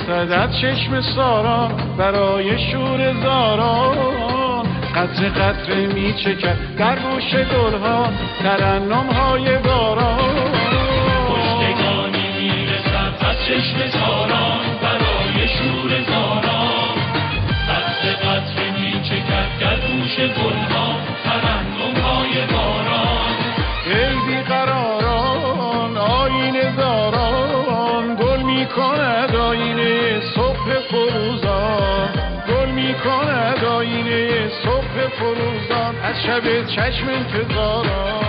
میرسد از چشم ساران برای شور زاران، قطره قطره میچکد در گوش گلها ترنم‌های باران. پشتگانی میرسد از چشم ساران برای شور زاران، قطره قطره میچکد در گوش گلها ترنم‌های باران. ای بیقراران آینه داران، گل میکند آینه صبح فروزان، گل میکند آینه صبح فروزان از شب چشم انتظاران.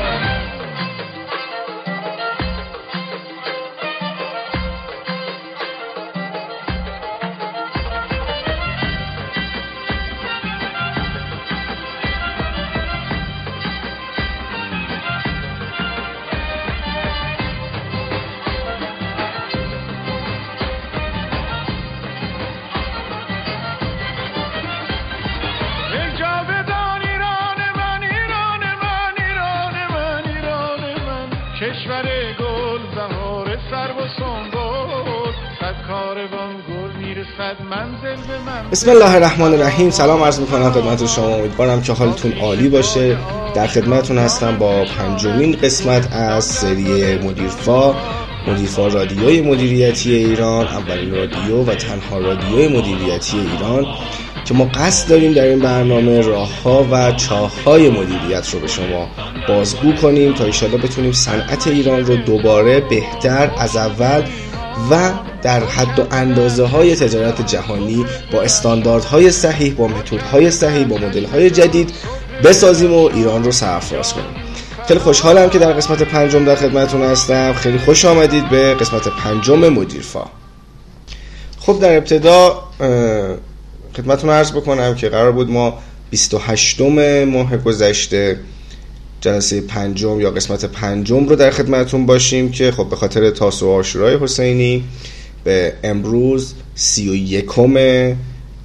کشور گل بهار سرو و سنبل، صد کاروان گل میرسد منزل به منزل. بسم الله الرحمن الرحیم. سلام عرض میکنم خدمت شما، امیدوارم که حالتون عالی باشه. در خدمتتون هستم با پنجمین قسمت از سری مدیرفا رادیوی مدیریتی ایران، اولین رادیو و تنها رادیوی مدیریتی ایران که ما قصد داریم در این برنامه راه‌ها و چاه‌های مدیریت رو به شما بازگو کنیم تا انشالله بتونیم صنعت ایران رو دوباره بهتر از اول و در حد و اندازه‌های تجارت جهانی با استانداردهای صحیح، با متدهای صحیح، با مدل‌های جدید بسازیم و ایران رو سرفراز کنیم. خیلی خوشحالم که در قسمت پنجم در خدمتتون هستم. خیلی خوش آمدید به قسمت پنجم مدیرفا. خب در ابتدا خدمتتون عرض بکنم که قرار بود ما 28م ماه گذشته جلسه پنجم یا قسمت پنجم رو در خدمتتون باشیم که خب به خاطر تاسوعا و عاشورای حسینی به امروز 31م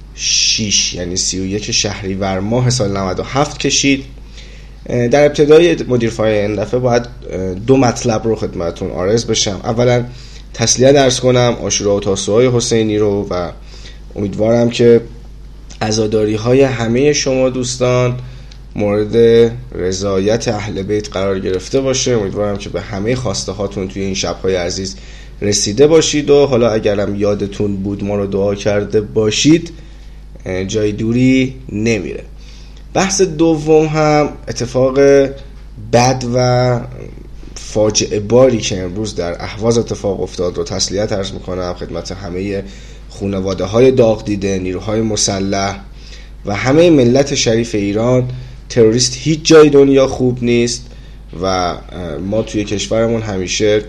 6 یعنی 31 شهریور ماه سال 97 کشید. در ابتدای مدیرفای این دفعه باید دو مطلب رو خدمتتون عرض بشم. اولا تسلیت عرض کنم عاشورا و تاسوعای حسینی رو و امیدوارم که عزاداری های همه شما دوستان مورد رضایت اهل بیت قرار گرفته باشه. امیدوارم که به همه خواسته هاتون توی این شب‌های عزیز رسیده باشید و حالا اگرم یادتون بود ما رو دعا کرده باشید جای دوری نمیره. بحث دوم هم اتفاق بد و فاجعه باری که امروز در اهواز اتفاق افتاد رو تسلیت عرض میکنم خدمت همه خانواده های داغ دیده، نیروهای مسلح و همه ملت شریف ایران. تروریست هیچ جای دنیا خوب نیست و ما توی کشورمون همیشه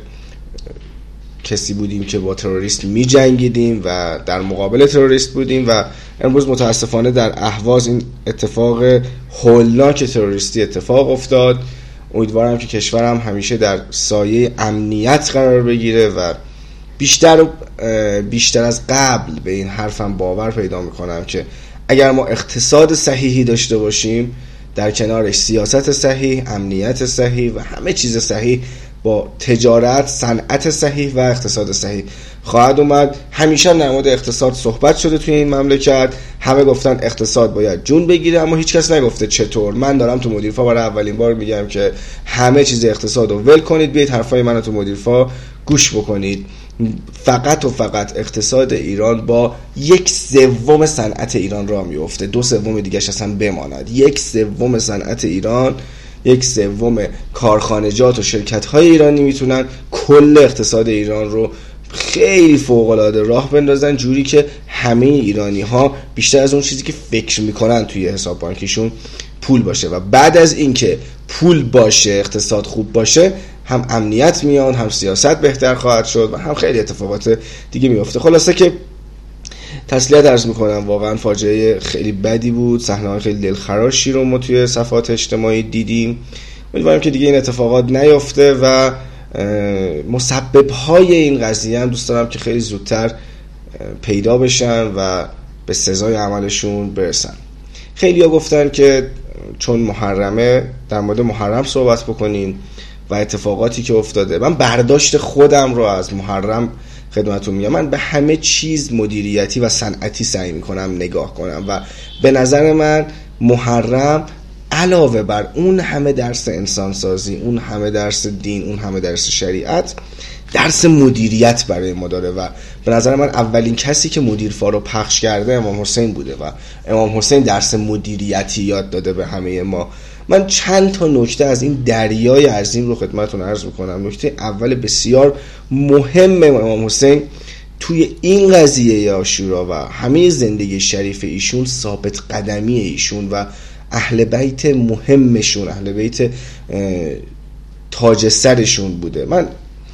کسی بودیم که با تروریست می جنگیدیم و در مقابل تروریست بودیم و امروز متاسفانه در اهواز این اتفاق هولناک تروریستی اتفاق افتاد. امیدوارم که کشورم همیشه در سایه امنیت قرار بگیره و بیشتر از قبل به این حرفم باور پیدا میکنم که اگر ما اقتصاد صحیحی داشته باشیم در کنارش سیاست صحیح، امنیت صحیح و همه چیز صحیح با تجارت، صنعت صحیح و اقتصاد صحیح خواهد اومد. همیشه در مورد اقتصاد صحبت شده توی این مملکت، همه گفتن اقتصاد باید جون بگیره اما هیچ کس نگفته چطور. من دارم تو مدیرفا برای اولین بار میگم که همه چیز اقتصاد رو ول کنید، بیایید حرفای منو تو مدیرفا گوش بکنید. فقط و فقط اقتصاد ایران با 1/3 صنعت ایران راه میفته، 2/3 دیگه‌اش اصلا بماند. 1/3 صنعت ایران، 1/3 کارخانجات و شرکت‌های ایرانی میتونن کل اقتصاد ایران رو خیلی فوق‌العاده راه بندازن، جوری که همه ایرانی‌ها بیشتر از اون چیزی که فکر میکنن توی حساب بانکیشون پول باشه و بعد از اینکه پول باشه، اقتصاد خوب باشه، هم امنیت میاد، هم سیاست بهتر خواهد شد و هم خیلی اتفاقات دیگه میفته. خلاصه که تسلیت عرض میکنم، واقعا فاجعه خیلی بدی بود، صحنه‌های خیلی دلخراشی رو ما توی صفحات اجتماعی دیدیم. امیدوارم که دیگه این اتفاقات نیفته و مسبب‌های این قضیه هم دوست دارم که خیلی زودتر پیدا بشن و به سزای عملشون برسن. خیلی‌ها گفتن که چون محرمه در مورد محرم صحبت بکنیم و اتفاقاتی که افتاده. من برداشت خودم رو از محرم خدمتتون میگم من به همه چیز مدیریتی و صنعتی سعی میکنم نگاه کنم و به نظر من محرم علاوه بر اون همه درس انسانسازی، اون همه درس دین، اون همه درس شریعت، درس مدیریت برای ما داره و به نظر من اولین کسی که مدیرفا رو پخش کرده امام حسین بوده و امام حسین درس مدیریتی یاد داده به همه ما. من چند تا نکته از این دریای عظیم رو خدمتتون عرض میکنم. نکته اول بسیار مهم امام حسین توی این قضیه عاشورا و همه زندگی شریف ایشون، ثابت قدمی ایشون و اهل بیت مهمشون، اهل بیت تاج سرشون بوده. من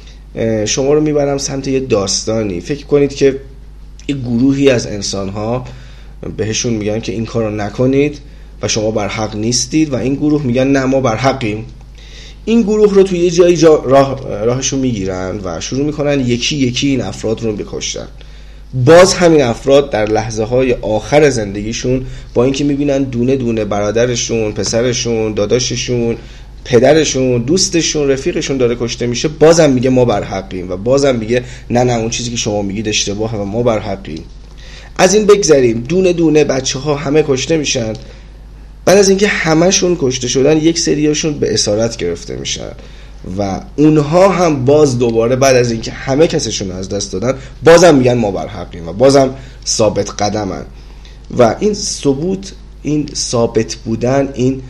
شما رو میبرم سمت یه داستانی. فکر کنید که یه گروهی از انسان‌ها بهشون میگن که این کار رو نکنید و شما بر حق نیستید و این گروه میگن نه ما بر حقیم. این گروه رو توی یه جایی راهشون میگیرن و شروع میکنن یکی یکی این افراد رو بکشتن. باز همین افراد در لحظه های آخر زندگیشون با اینکه میبینن دونه دونه برادرشون، پسرشون، داداششون، پدرشون، دوستشون، رفیقشون داره کشته میشه، بازم میگه ما بر حقیم و بازم میگه نه اون چیزی که شما میگید اشتباهه و ما بر حقیم. از این بگذریم، دونه دونه بچه ها همه کشته میشن. بعد از اینکه همهشون کشته شدن، یک سریاشون به اسارت گرفته میشن و اونها هم باز دوباره بعد از اینکه همه کسشون از دست دادن بازم میگن ما بر حقیم و بازم ثابت قدمن. و این ثبوت، این ثابت بودن، این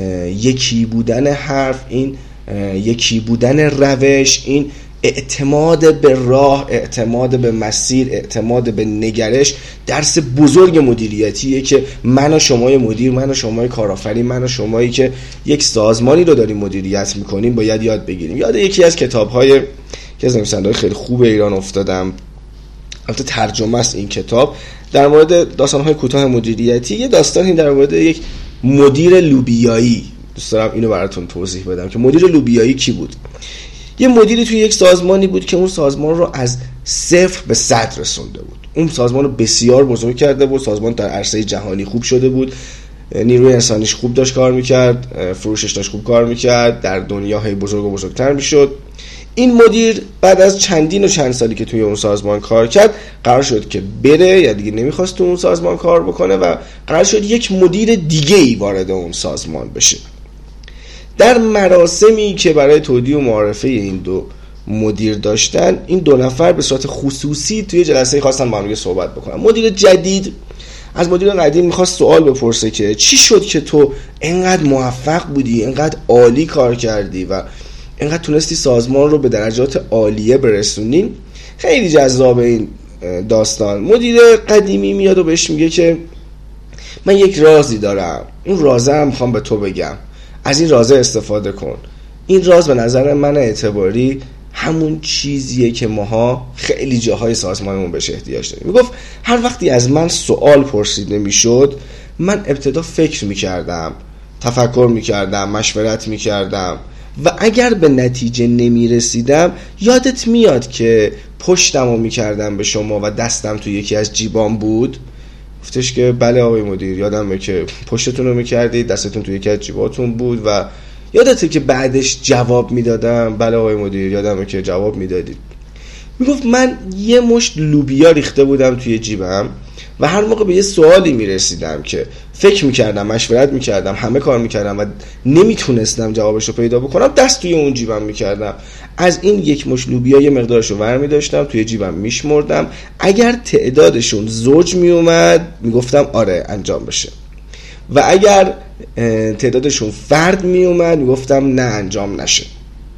یکی بودن حرف، این یکی بودن روش، این اعتماد به راه، اعتماد به مسیر، اعتماد به نگرش، درس بزرگ مدیریتیه که من و شمای مدیر، من و شمای کارآفرین، من و شمایی که یک سازمانی رو داریم مدیریت میکنیم باید یاد بگیریم. یاد یکی از کتاب‌های که از نویسنده‌های خیلی خوب ایران افتادم، البته ترجمه است این کتاب، در مورد داستان‌های کوتاه مدیریتی. یه داستانی در مورد یک مدیر لوبیایی، دوست دارم اینو براتون توضیح بدم که مدیر لوبیایی کی بود. یه مدیری توی یک سازمانی بود که اون سازمان رو از 0 به 100 رسونده بود. اون سازمان رو بسیار بزرگ کرده بود. سازمان در عرصه جهانی خوب شده بود، نیروی انسانیش خوب داشت کار میکرد، فروشش داشت خوب کار میکرد، در دنیا هی بزرگ و بزرگتر میشد. این مدیر بعد از چندین و چند سالی که توی اون سازمان کار کرد قرار شد که بره، یا دیگه نمیخواست تو اون سازمان کار بکنه و قرار شد یک مدیر دیگه‌ای وارد اون سازمان بشه. در مراسمی که برای تودیع و معارفه این دو مدیر داشتن، این دو نفر به صورت خصوصی توی جلسه خواستن با هم صحبت بکنن. مدیر جدید از مدیر قدیم میخواست سوال بپرسه که چی شد که تو اینقدر موفق بودی، اینقدر عالی کار کردی و اینقدر تونستی سازمان رو به درجات عالیه برسونی. خیلی جذاب این داستان. مدیر قدیمی میاد و بهش میگه که من یک رازی دارم، این رازه هم میخوام به تو بگم، از این رازه استفاده کن. این راز به نظر من اعتباری همون چیزیه که ماها خیلی جاهای سازمانمون بهش احتیاج داریم. میگفت هر وقتی از من سوال پرسیده میشد، من ابتدا فکر میکردم، تفکر میکردم، مشورت میکردم و اگر به نتیجه نمیرسیدم یادت میاد که پشتمو میکردم به شما و دستم تو یکی از جیبام بود؟ گفتش که بله آقای مدیر، یادمه که پشتتون رو میکردید، دستتون تو یکی از جیباتون بود و یادته که بعدش جواب میدادم؟ بله آقای مدیر، یادمه که جواب میدادید. میگفت من یه مشت لوبیا ریخته بودم توی جیبم و هر موقع به یه سوالی میرسیدم که فکر میکردم، مشورت میکردم، همه کار میکردم و نمیتونستم جوابشو پیدا بکنم، دست توی اون جیبم میکردم، از این یک مشت لوبیا یه مقدارشو ور میداشتم توی جیبم میشمردم، اگر تعدادشون زوج میومد میگفتم آره انجام بشه و اگر تعدادشون فرد میومد میگفتم نه انجام نشه.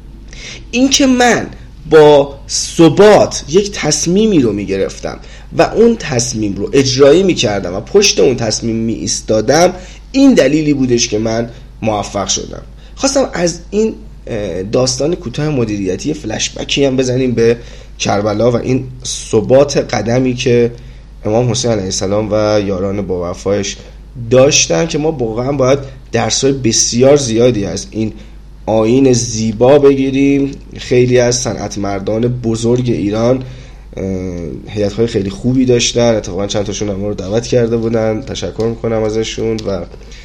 این که من با ثبات یک تصمیمی رو میگرفتم و اون تصمیم رو اجرایی میکردم و پشت اون تصمیم می ایستادم، این دلیلی بودش که من موفق شدم. خواستم از این داستان کوتاه مدیریتی فلش بکی هم بزنیم به کربلا و این ثبات قدمی که امام حسین علیه السلام و یاران با وفایش داشتن که ما واقعا باید درس‌های بسیار زیادی از این آیین زیبا بگیریم. خیلی از صنعتمندان بزرگ ایران هیئت‌های خیلی خوبی داشتن، اتفاقا چند تاشون ما رو دعوت کرده بودن، تشکر میکنم ازشون و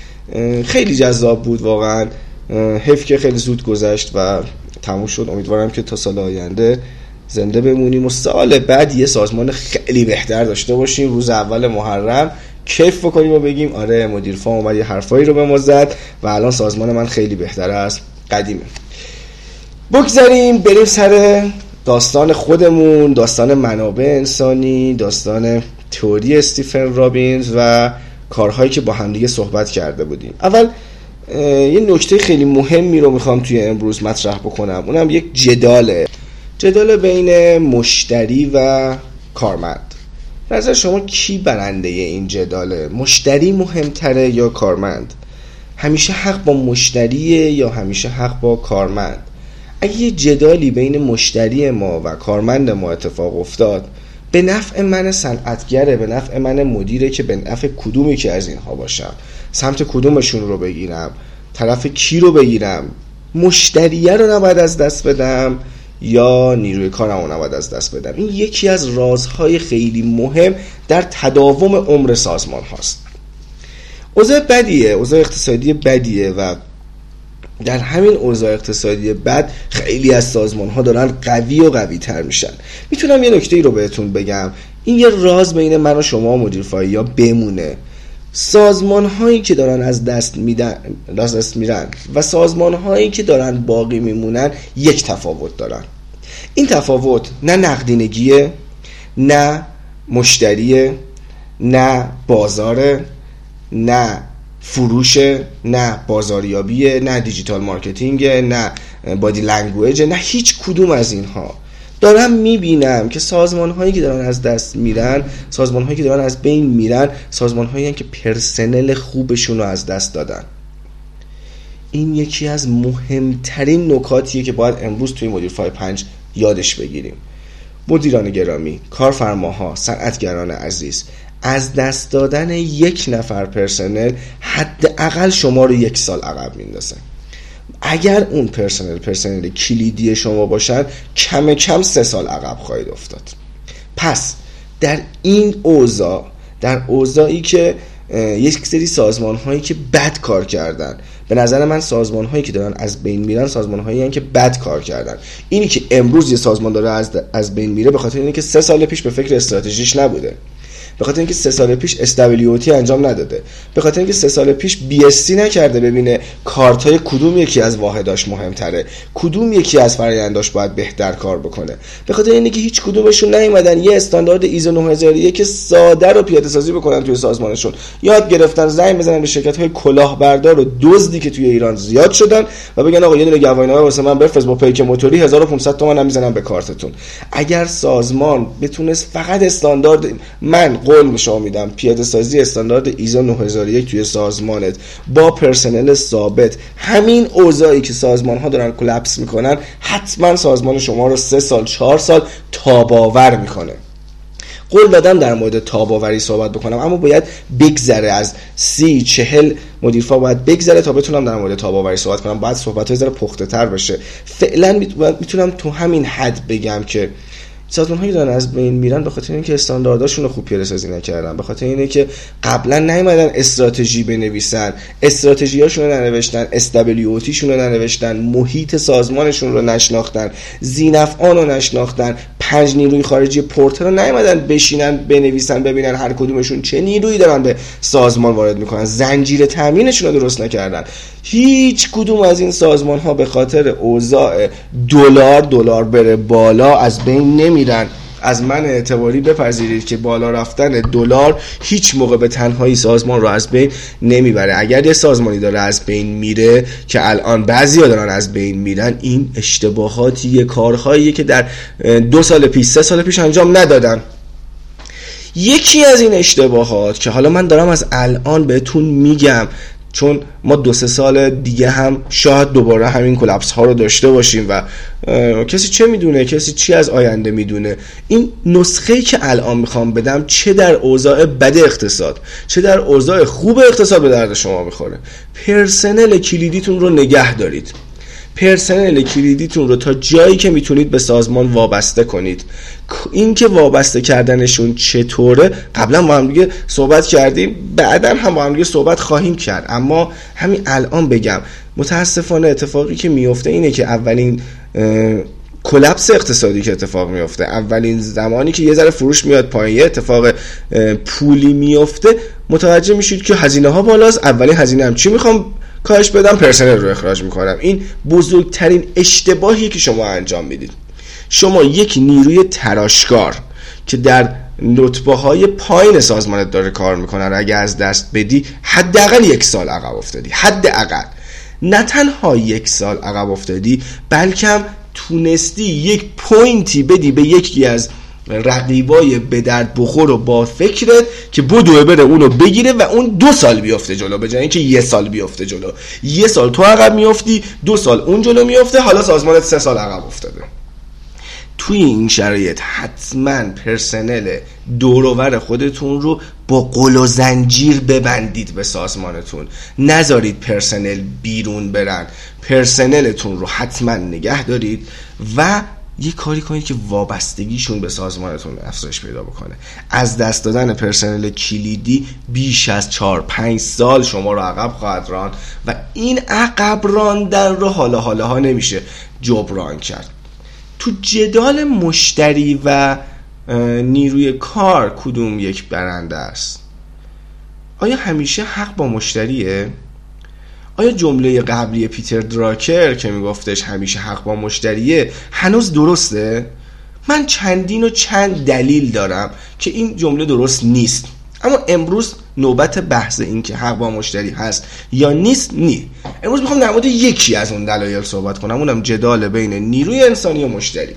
خیلی جذاب بود واقعا. حیف که خیلی زود گذشت و تموم شد. امیدوارم که تا سال آینده زنده بمونیم و سال بعد یه سازمان خیلی بهتر داشته باشیم، روز اول محرم کیف بکنیم و بگیم آره مدیر فا اومد یه حرفایی رو به ما زد و الان سازمان من خیلی بهتر از قدیمه. بگذاریم بریم سر داستان خودمون، داستان منابع انسانی، داستان تئوری استیفن رابینز و کارهایی که با هم دیگه صحبت کرده بودیم. اول یه نکته خیلی مهمی رو میخوام توی امروز مطرح بکنم، اونم یک جدال بین مشتری و کارمند. به نظر شما کی برنده این جداله؟ مشتری مهمتره یا کارمند؟ همیشه حق با مشتریه یا همیشه حق با کارمند؟ اگه یه جدالی بین مشتری ما و کارمند ما اتفاق افتاد، به نفع من صنعتگره، به نفع من مدیره که به نفع کدومی که از اینها باشم، سمت کدومشون رو بگیرم، طرف کی رو بگیرم، مشتریه رو نباید از دست بدم یا نیروی کارم رو نباید از دست بدم. این یکی از رازهای خیلی مهم در تداوم عمر سازمان هاست. اوضاع بدیه، اوضاع اقتصادی بدیه و در همین اوضاع اقتصادی بد خیلی از سازمان ها دارن قوی و قوی تر میشن. میتونم یه نکته ای رو بهتون بگم، این یه راز بین من و شما مدیر فایی ها بمونه. سازمان هایی که دارن از دست میرن و سازمان هایی که دارن باقی میمونن یک تفاوت دارن. این تفاوت نه نقدینگیه، نه مشتریه، نه بازاره، نه فروشه، نه بازاریابیه، نه دیجیتال مارکتینگه، نه بادی لنگویجه، نه هیچ کدوم از اینها. دارم میبینم که سازمان هایی که دارن از دست میرن، سازمان هایی که دارن از بین میرن، سازمان هایی که پرسنل خوبشون رو از دست دادن. این یکی از مهمترین نکاتیه که باید امروز توی مدیر فای 5 یادش بگیریم. مدیران گرامی، کارفرماها، صنعتگران عزیز، از دست دادن یک نفر پرسنل حداقل شما رو 1 سال عقب میندازه. اگر اون پرسنل کلیدی شما باشن کم کم 3 سال عقب خواهید افتاد. پس در این اوضاع، در اوضاعی که یک سری سازمان هایی که بد کار کردن، به نظر من سازمان هایی که دارن از بین میرن سازمان هایی هستن که بد کار کردن. اینی که امروز یه سازمان داره از بین میره به خاطر اینه که 3 سال پیش به فکر استراتژیش نبوده، به خاطر اینکه 3 سال پیش SWOT انجام نداده، به خاطر اینکه 3 سال پیش BSC نکرده ببینه کارتای کدوم یکی از واحداش مهمتره، کدوم یکی از فرآینداش باید بهتر کار بکنه، به خاطر اینکه هیچ کدومشون نیومدن یه استاندارد ایزو 9001 که ساده رو پیاده سازی بکنن توی سازمانشون، یاد گرفتن زنگ بزنن به شرکت‌های کلاهبردار و دزدی که توی ایران زیاد شدن و بگن آقا یه دونه گواهینامه واسه من بفرست با پیک موتوری 1500 تومان هم میزنم به کارتتون. اگر سازمان بتونست فقط استاندارد، من قول به شما میدم پیاده سازی استاندارد ایزو 9001 توی سازمانت با پرسنل ثابت، همین اوضاعی که سازمان ها دارن کلپس میکنن حتما سازمان شما رو 3 سال 4 سال تاب‌آور میکنه. قول دادم در مورد تاب‌آوری صحبت بکنم، اما باید بگذره از 30-40 مدیرفا باید بگذره تا بتونم در مورد تاب‌آوری صحبت کنم. باید صحبت‌ها ذره پخته تر بشه. فعلا میتونم تو همین حد بگم که سازمان هایی دارن از بین میرن به خاطر اینکه استاندارداشون رو خوب پیاده سازی نکردن، به خاطر اینه که قبلا نیومدن استراتژی بنویسن، استراتژیاشون رو ننوشتن، SWOT شون رو ننوشتن، محیط سازمانشون رو نشناختن، ذینفعان رو نشناختن، 5 نیروی خارجی پورتر رو نیومدن بشینن بنویسن ببینن هر کدومشون چه نیرویی دارن به سازمان وارد میکنن، زنجیره تامینشون رو درست نکردن. هیچ کدوم از این سازمان ها به خاطر اوضاع دلار بره بالا از بین نمیرن. از من اعتباری بپذیرید که بالا رفتن دلار هیچ موقع به تنهایی سازمان رو از بین نمیبره. اگر یه سازمانی داره از بین میره که الان بعضیا دارن از بین میرن، این اشتباهاتیه، کارهاییه که در 2 سال پیش 3 سال پیش انجام ندادن. یکی از این اشتباهات که حالا من دارم از الان بهتون میگم، چون ما 2-3 سال دیگه هم شاید دوباره همین کلپس ها رو داشته باشیم و کسی چه میدونه، کسی چی از آینده میدونه. این نسخه‌ای که الان میخوام بدم چه در اوضاع بد اقتصاد چه در اوضاع خوب اقتصاد به درد شما میخوره. پرسنل کلیدیتون رو نگه دارید، پرسنل کلیدیتون رو تا جایی که میتونید به سازمان وابسته کنید. این که وابسته کردنشون چطوره قبلا با هم دیگه صحبت کردیم، بعدا هم با هم دیگه صحبت خواهیم کرد، اما همین الان بگم متاسفانه اتفاقی که میفته اینه که اولین کلاپس اقتصادی که اتفاق میفته، اولین زمانی که یه ذره فروش میاد پایین، یه اتفاق پولی میفته، متوجه میشید که هزینه ها بالاست. اولین هزینه هم چی میخوام کاهش بدم؟ پرسنل رو اخراج میکنم. این بزرگترین اشتباهی که شما انجام میدید. شما یک نیروی تراشکار که در رتبه های پایین سازمانت داره کار میکنه رو اگه از دست بدی، حداقل 1 سال عقب افتادی. حداقل نه تنها 1 سال عقب افتادی، بلکه تونستی یک پوینتی بدی به یکی از رقیبای به درد بخور و با فکرت که بدوه بره اونو بگیره و اون 2 سال بیافته جلو، به جای اینکه 1 سال بیافته جلو. 1 سال تو عقب میافتی، 2 سال اون جلو میافته، حالا سازمانت 3 سال عقب افتاده. توی این شرایط حتما پرسنل دوروبر خودتون رو با قل و زنجیر ببندید به سازمانتون. نذارید پرسنل بیرون برن. پرسنلتون رو حتما نگه دارید و یه کاری کنید که وابستگیشون به سازمانتون افزایش پیدا بکنه. از دست دادن پرسنل کلیدی بیش از 4-5 سال شما رو عقب خواهد راند و این عقب راندن رو حالا نمیشه جبران کرد. تو جدال مشتری و نیروی کار کدوم یک برنده است؟ آیا همیشه حق با مشتریه؟ آیا جمله قبلی پیتر دراکر که میگفتش همیشه حق با مشتریه هنوز درسته؟ من چند دلیل دارم که این جمله درست نیست، اما امروز نوبت بحث این که حق با مشتری هست یا نیست امروز میخوام در مورد یکی از اون دلایل صحبت کنم، اونم جدال بین نیروی انسانی و مشتری.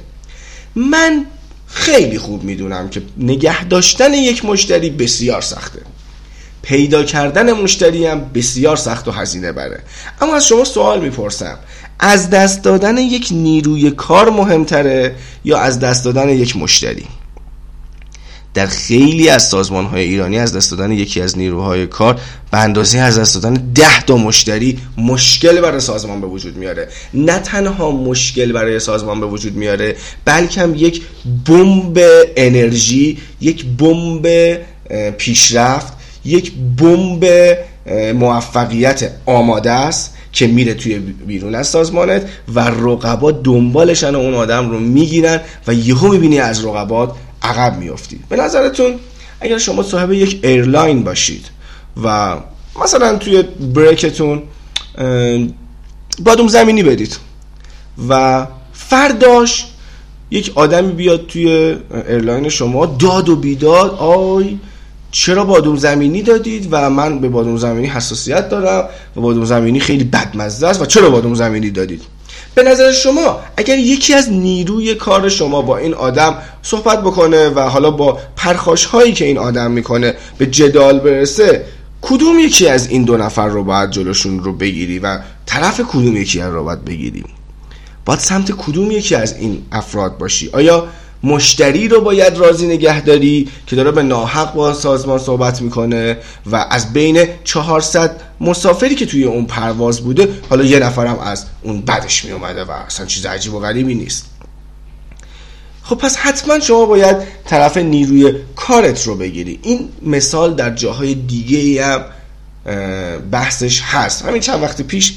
من خیلی خوب میدونم که نگه داشتن یک مشتری بسیار سخته، پیدا کردن مشتری هم بسیار سخت و هزینه بره. اما از شما سوال میپرسم، از دست دادن یک نیروی کار مهمتره یا از دست دادن یک مشتری؟ در خیلی از سازمان‌های ایرانی از دست دادن یکی از نیروهای کار به اندازه از دست دادن 10 تا مشتری مشکل برای سازمان به وجود میاره. نه تنها مشکل برای سازمان به وجود میاره، بلکه هم یک بمب انرژی، یک بمب پیشرفت، یک بمب موفقیت آماده است که میره توی بیرون از سازمانت و رقبا دنبالشن و اون آدم رو میگیرن و یهو میبینی از رقبات عقب میافتی. به نظرتون اگر شما صاحب یک ایرلاین باشید و مثلا توی بریکتون بادوم زمینی بدید و فرداش یک آدمی بیاد توی ایرلاین شما داد و بیداد، آی چرا بادوم زمینی دادید و من به بادوم زمینی حساسیت دارم و بادوم زمینی خیلی بدمزه است و چرا بادوم زمینی دادید؟ به نظر شما اگر یکی از نیروی کار شما با این آدم صحبت بکنه و حالا با پرخاش هایی که این آدم میکنه به جدال برسه، کدوم یکی از این 2 نفر رو باید جلوشون رو بگیری و طرف کدوم یکی رو باید بگیری؟ باید سمت کدوم یکی از این افراد باشی؟ آیا مشتری رو باید راضی نگه داری که داره به ناحق با سازمان صحبت میکنه و از بین 400 مسافری که توی اون پرواز بوده حالا 1 نفرم از اون بدش میومده و اصلا چیز عجیب و غریبی نیست؟ خب پس حتما شما باید طرف نیروی کارت رو بگیری. این مثال در جاهای دیگه هم بحثش هست. همین چند وقت پیش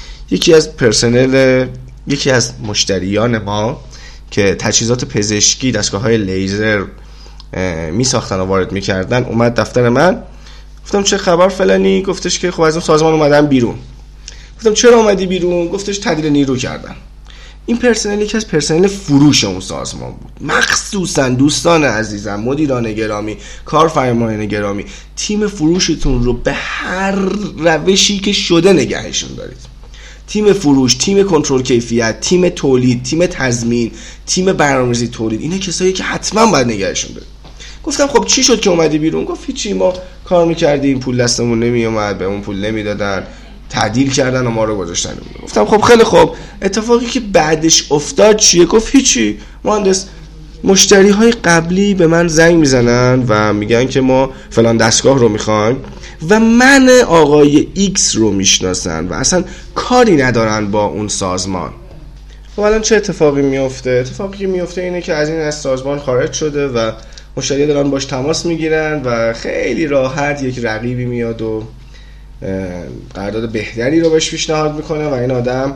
یکی از مشتریان ما که تجهیزات پزشکی، دستگاه‌های لیزر می ساختن و وارد می‌کردن اومد دفتر من. گفتم چه خبر فلانی؟ گفتش که خب از اون سازمان اومدم بیرون. گفتم چرا اومدی بیرون؟ گفتش تعدیل نیرو کردن. این پرسنل یکی از پرسنل فروش اون سازمان بود. مخصوصا دوستان عزیزم، مدیران گرامی، کارفرمایان گرامی، تیم فروشتون رو به هر روشی که شده نگهشون دارید. تیم فروش، تیم کنترل کیفیت، تیم تولید، تیم تضمین، تیم برنامه‌ریزی تولید، اینا کسایی که حتما باید نگهشون دارید. گفتم خب چی شد که اومدی بیرون؟ گفت هیچی، ما کار می‌کردیم پول دستمون نمیومد، به اون پول نمیدادن، تعدیل کردن و ما رو گذاشتن. گفتم خب خیلی خوب، اتفاقی که بعدش افتاد چیه؟ گفت هیچی، مهندس مشتری‌های قبلی به من زنگ میزنن و میگن که ما فلان دستگاه رو میخوایم و من آقای ایکس رو میشناسن و اصلا کاری ندارن با اون سازمان. خب الان چه اتفاقی میفته؟ اتفاقی که میفته اینه که از سازمان خارج شده و مشتری دارن باش تماس میگیرن و خیلی راحت یک رقیبی میاد و قرارداد بهتری رو بهش پیشنهاد میکنه و این آدم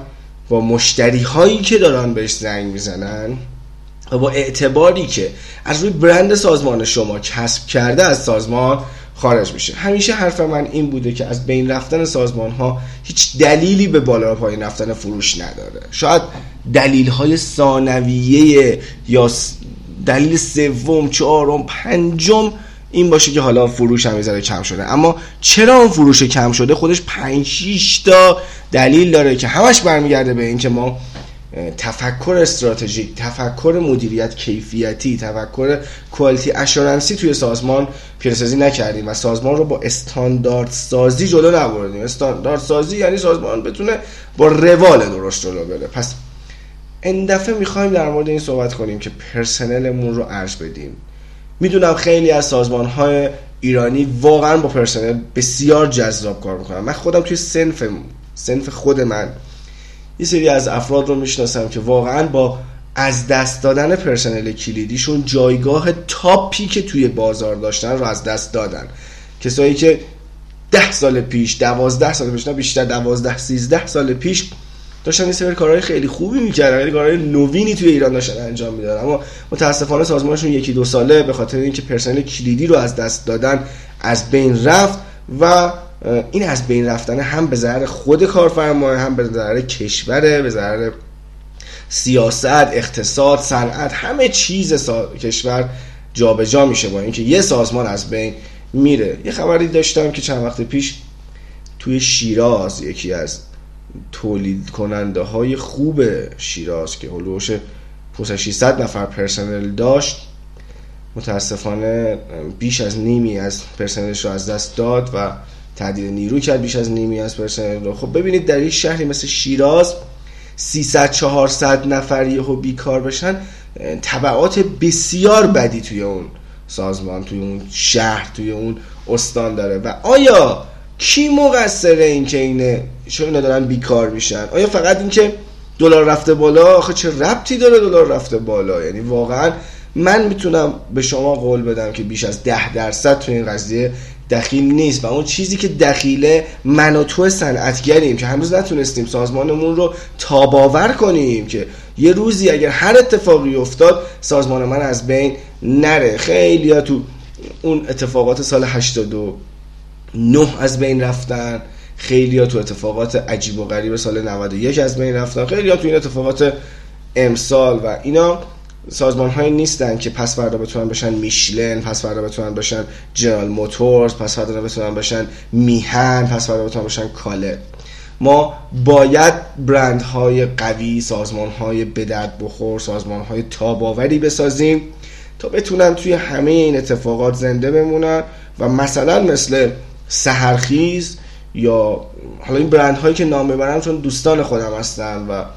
با مشتری هایی که دارن بهش زنگ میزنن و با اعتباری که از روی برند سازمان شما کسب کرده از سازمان خارج میشه. همیشه حرف من این بوده که از بین رفتن سازمان ها هیچ دلیلی به بالا پایین رفتن فروش نداره. شاید دلیل های ثانویه یا دلیل سوم، چهارم، پنجم این باشه که حالا فروش هم میذاره کم شده، اما چرا اون فروش کم شده خودش 5-6 تا دلیل داره که همش برمیگرده به این که ما تفکر استراتژیک، تفکر مدیریت کیفیتی، تفکر کوالیتی اشورنسی توی سازمان پیش‌سازی نکردیم و سازمان رو با استاندارد سازی جلو نبردیم. استاندارد سازی یعنی سازمان بتونه با روال درست جلو بره. پس این دفعه میخوایم در مورد این صحبت کنیم که پرسنلمون رو ارج بدیم. میدونم خیلی از سازمان‌های ایرانی واقعا با پرسنل بسیار جذاب کار میکنن. من خودم توی صنف خود من یه سری از افراد رو میشناسم که واقعا با از دست دادن پرسنل کلیدیشون جایگاه تاپی که توی بازار داشتن رو از دست دادن. کسایی که 10 سال پیش، 12 سال پیش، نه بیشتر 12-13 سال پیش داشتن این سری کارهای خیلی خوبی میکردن، خیلی کارهای نوینی توی ایران داشتن انجام میدادن، اما متاسفانه سازمانشون 1-2 ساله به خاطر اینکه پرسنل کلیدی رو از دست دادن از بین رفت و این از بین رفتن هم به ضرر خود کارفرما، هم به ضرر کشور، به ضرر سیاست، اقتصاد، صنعت، همه چیز کشور جابجا میشه با اینکه یه سازمان از بین میره. یه خبری داشتم که چند وقت پیش توی شیراز یکی از تولید کننده های خوب شیراز که هلوش 600 نفر پرسنل داشت، متاسفانه بیش از نیمی از پرسنلش رو از دست داد و تعدیل نیرو کرد. بیش از نیمی از پرسنل رو. خب ببینید در این شهری مثل شیراز 300-400 نفر یهو بیکار بشن، تبعات بسیار بدی توی اون سازمان، توی اون شهر، توی اون استان داره. و آیا کی مقصره این که اینا دارن بیکار میشن؟ آیا فقط این که دلار رفته بالا؟ آخه چه ربطی داره دلار رفته بالا؟ یعنی واقعا من میتونم به شما قول بدم که بیش از 10% تو این قضیه دخیل نیست و اون چیزی که دخیله من و تو صنعتگریم که هنوز نتونستیم سازمانمون رو تاباور کنیم که یه روزی اگر هر اتفاقی افتاد سازمان من از بین نره. خیلی ها تو اون اتفاقات سال 89 از بین رفتن، خیلی ها تو اتفاقات عجیب و غریب سال 91 از بین رفتن، خیلی ها تو این اتفاقات امسال. و اینا سازمان هایی نیستن که پس فردا بتونن بشن میشلن، پس فردا بتونن بشن جنرال موتورز، پس فردا بتونن بشن میهن، پس فردا بتونن بشن کاله. ما باید برند های قوی، سازمان های به درد بخور، سازمان های تاباوری بسازیم تا بتونن توی همه این اتفاقات زنده بمونن و مثلا مثل سحرخیز یا حالا این برند هایی که نام ببرم چون دوستان خودم هستن و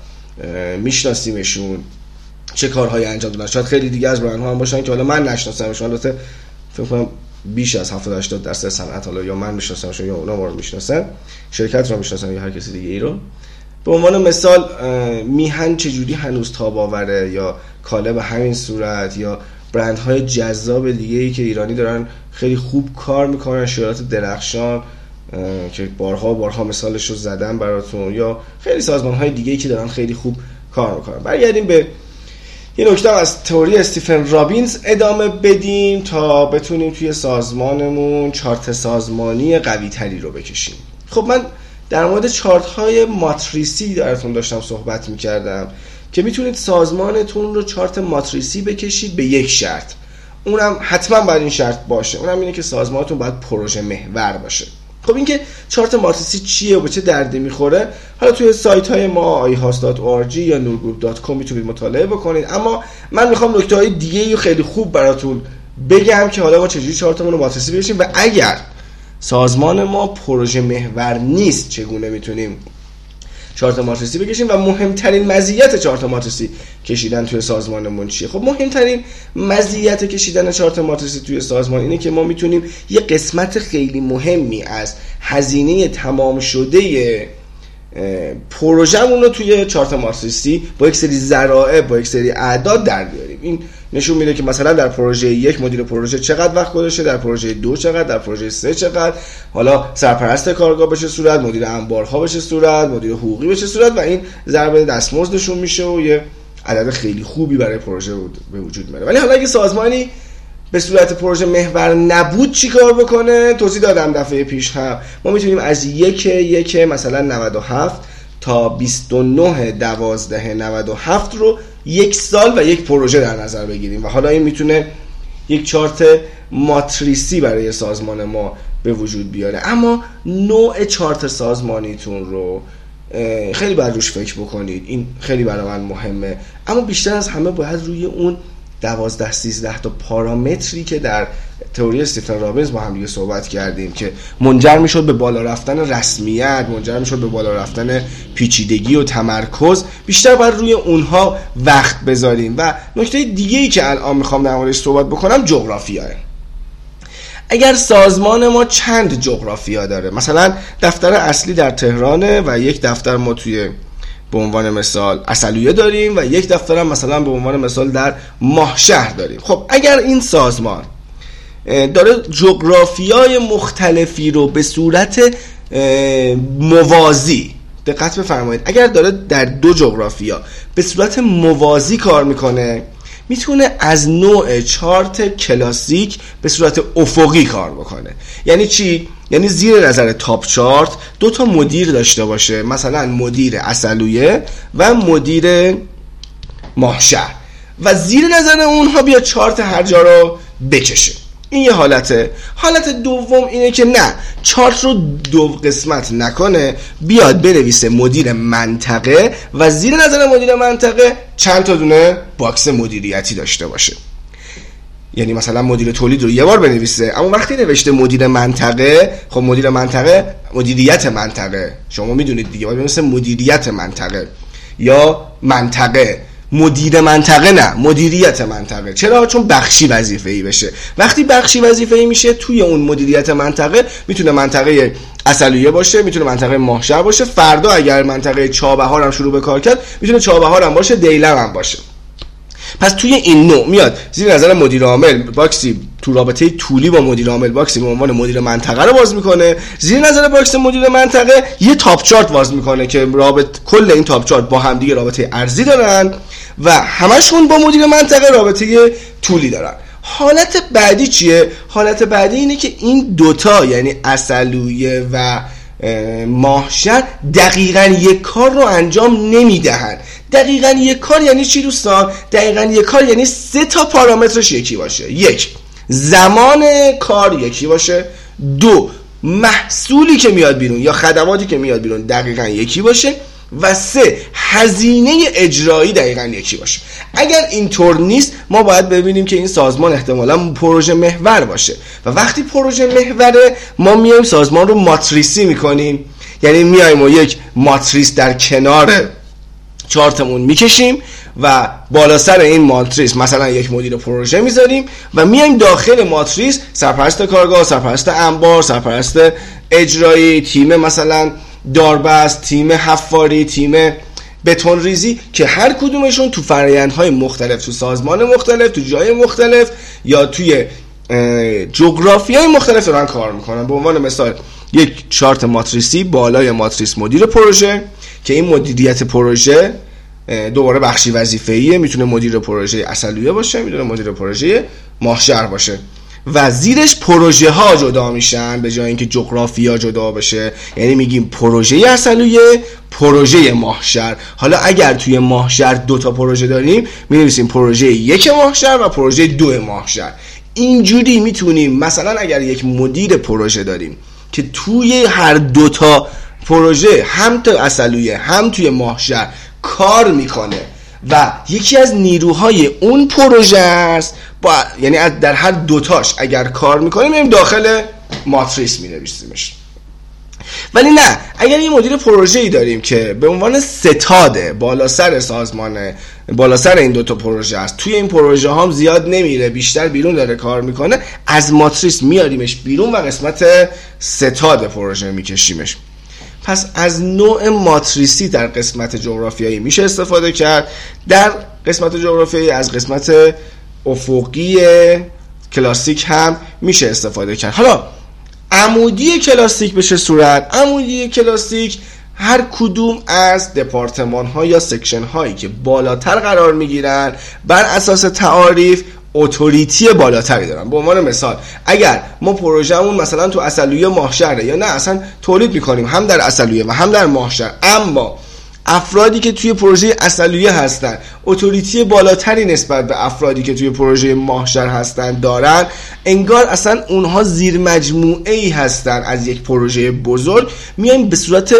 میشناسیمشون چه کارهایی انجام دادن. شاید خیلی دیگه از برندها هم باشن که حالا من نشناسمشون، البته فکر کنم بیش از 70-80% صنعت حالا یا من میشناسمشون یا اونا ما رو میشناسن، شرکت رو میشناسن یا هر کسی دیگه ای رو. به عنوان مثال میهن چجوری هنوز تاباوره یا کاله به همین صورت، یا برندهای جذاب دیگه ای که ایرانی دارن خیلی خوب کار میکنن، شرایط درخشان که بارها مثالش رو زدم براتون، یا خیلی سازمانهای دیگه ای که دارن خیلی خوب کار میکنن. برگردیم به یه نکته از تئوری استیفن رابینز ادامه بدیم تا بتونیم توی سازمانمون چارت سازمانی قوی تری رو بکشیم. خب من در مورد چارت های ماتریسی درتون داشتم صحبت میکردم که میتونید سازمانتون رو چارت ماتریسی بکشید به یک شرط. اونم حتما باید این شرط باشه، اونم اینه که سازمانتون باید پروژه محور باشه. خب این که چارت ماتریسی چیه و به چه دردی میخوره، حالا توی سایت های ما ihas.org یا nurgroup.com میتونید مطالعه بکنید، اما من میخوام نکته های دیگه خیلی خوب براتون بگم که حالا ما چجوری چارتمون رو ماتریسی بکشیم و اگر سازمان ما پروژه محور نیست چگونه میتونیم چارت ماتریسی بکشیم و مهمترین مزیت چارت ماتریسی کشیدن توی سازمانمون چیه. خب مهمترین مزیت کشیدن چارت ماتریسی توی سازمان اینه که ما میتونیم یه قسمت خیلی مهمی از هزینه تمام شده پروژه‌مون رو توی چارت ماتریسی با یک سری ذرائع، با یک سری اعداد در بیاریم. این نشون میده که مثلا در پروژه 1 مدیر پروژه چقدر وقت گذاشته، در پروژه 2 چقدر، در پروژه 3 چقدر، حالا سرپرست کارگاه به چه صورت، مدیر انبارها به چه صورت، مدیر حقوقی به چه صورت، و این ضرب دستمزدشون میشه و یه عدد خیلی خوبی برای پروژه به وجود میاره. ولی حالا اگه سازمانی به صورت پروژه محور نبود چی کار بکنه؟ توضیح دادم دفعه پیش هم. ما میتونیم از یک مثلا 97 تا 29/12/97 رو یک سال و یک پروژه در نظر بگیریم و حالا این میتونه یک چارت ماتریسی برای سازمان ما به وجود بیاره. اما نوع چارت سازمانیتون رو خیلی باید روش فکر بکنید، این خیلی برای من مهمه. اما بیشتر از همه باید روی اون 12-13 تا پارامتری که در تئوری استیفن رابینز با هم دیگه صحبت کردیم که منجر میشد به بالا رفتن رسمیت، منجر میشد به بالا رفتن پیچیدگی و تمرکز، بیشتر باید روی اونها وقت بذاریم. و نکته دیگه‌ای که الان میخوام در موردش صحبت بکنم جغرافیاه. اگر سازمان ما چند جغرافیا داره، مثلا دفتر اصلی در تهرانه و یک دفتر ما توی به عنوان مثال عسلویه داریم و یک دفتر هم مثلا به عنوان مثال در ماهشهر داریم. خب اگر این سازمان داره جغرافیای مختلفی رو به صورت موازی، دقت بفرمایید، اگر داره در دو جغرافیا به صورت موازی کار میکنه، میتونه از نوع چارت کلاسیک به صورت افقی کار بکنه. یعنی چی؟ یعنی زیر نظر تاپ چارت 2 تا مدیر داشته باشه، مثلا مدیر عسلویه و مدیر ماهشهر، و زیر نظر اونها بیا چارت هر جا رو بکشه. این یه حالته. حالت دوم اینه که نه، چارت رو 2 قسمت نکنه، بیاد بنویسه مدیر منطقه و زیر نظر مدیر منطقه چند تا دونه باکس مدیریتی داشته باشه. یعنی مثلا مدیر تولید رو یه بار بنویسه، اما وقتی نوشته مدیر منطقه، خب مدیر منطقه مدیریت منطقه، شما میدونید دیگه، باید بنویسه مدیریت منطقه یا منطقه. مدیر منطقه نه، مدیریت منطقه. چرا؟ چون بخشی وظیفه‌ای بشه. وقتی بخشی وظیفه‌ای میشه، توی اون مدیریت منطقه میتونه منطقه عسلویه باشه، میتونه منطقه ماهشهر باشه، فردا اگر منطقه چابهار هم شروع به کار کرد میتونه چابهار هم باشه، دیلم هم باشه. پس توی این نوع میاد زیر نظر مدیر عامل باکسی تو رابطه طولی با مدیر عامل باکسی به عنوان مدیر منطقه رو باز میکنه، زیر نظر باکس مدیر منطقه یه تاپ چارت باز میکنه که کل این تاپ چارت با هم دیگه رابطه ارزی دارن و همشون با مدیر منطقه رابطه طولی دارن. حالت بعدی چیه؟ حالت بعدی اینه که این دوتا یعنی عسلویه و ماهشهر دقیقاً یک کار رو انجام نمیدهن. دقیقاً یک کار یعنی چی دوستان؟ دقیقاً یک کار یعنی 3 تا پارامترش یکی باشه. 1 زمان کار یکی باشه، 2 محصولی که میاد بیرون یا خدماتی که میاد بیرون دقیقاً یکی باشه، و 3 هزینه اجرایی دقیقاً یکی باشه. اگر اینطور نیست ما باید ببینیم که این سازمان احتمالاً پروژه محور باشه، و وقتی پروژه محوره ما میایم سازمان رو ماتریسی میکنیم، یعنی میایم و یک ماتریس در کنار چارتمون میکشیم و بالا سر این ماتریس مثلا یک مدیر پروژه میذاریم و میایم داخل ماتریس سرپرست کارگاه، سرپرست انبار، سرپرست اجرایی، تیم مثلا داربست، تیم حفاری، تیم بتون ریزی، که هر کدومشون تو فرآیندهای مختلف، تو سازمان مختلف، تو جای مختلف یا توی جغرافیای مختلف دارن کار میکنن. به عنوان مثال یک چارت ماتریسی، بالای ماتریس مدیر پروژه که این مدیریت پروژه دوباره بخشی وظیفه‌ایه، میتونه مدیر پروژه عسلویه باشه، میتونه مدیر پروژه ماهشهر باشه، و زیرش پروژه ها جدا میشن به جای اینکه جغرافیا جدا بشه. یعنی میگیم پروژه عسلویه، پروژه ماهشهر. حالا اگر توی ماهشهر 2 تا پروژه داریم می‌نویسیم پروژه 1 ماهشهر و پروژه 2 ماهشهر. اینجوری میتونیم مثلا اگر یک مدیر پروژه داریم که توی هر 2 تا پروژه هم تو عسلویه هم توی ماهشهر کار میکنه و یکی از نیروهای اون پروژه است، یعنی در هر 2 تاش اگر کار میکنیم میریم داخل ماتریس مینویسیمش. ولی نه، اگر یه مدیر پروژه‌ای داریم که به عنوان ستاده بالا سر سازمانه، بالا سر این 2 تا پروژه است، توی این پروژه هم زیاد نمیره، بیشتر بیرون داره کار میکنه، از ماتریس میاریمش بیرون و قسمت ستاد پروژه میکشیمش. پس از نوع ماتریسی در قسمت جغرافیایی میشه استفاده کرد. در قسمت جغرافیایی از قسمت افقی کلاسیک هم میشه استفاده کرد. حالا عمودی کلاسیک به چه صورت؟ عمودی کلاسیک هر کدوم از دپارتمان ها یا سکشن هایی که بالاتر قرار میگیرن بر اساس تعاریف اتوریتی بالاتری دارن. به عنوان مثال اگر ما پروژه‌مون مثلا تو عسلویه ماهشهره یا نه اصلا تولید میکنیم هم در عسلویه و هم در ماهشهر، اما افرادی که توی پروژه عسلویه هستن اتوریتی بالاتری نسبت به افرادی که توی پروژه ماهشهر هستن دارن، انگار اصلا اونها زیر مجموعه‌ای هستن از یک پروژه بزرگ، میایم به صورت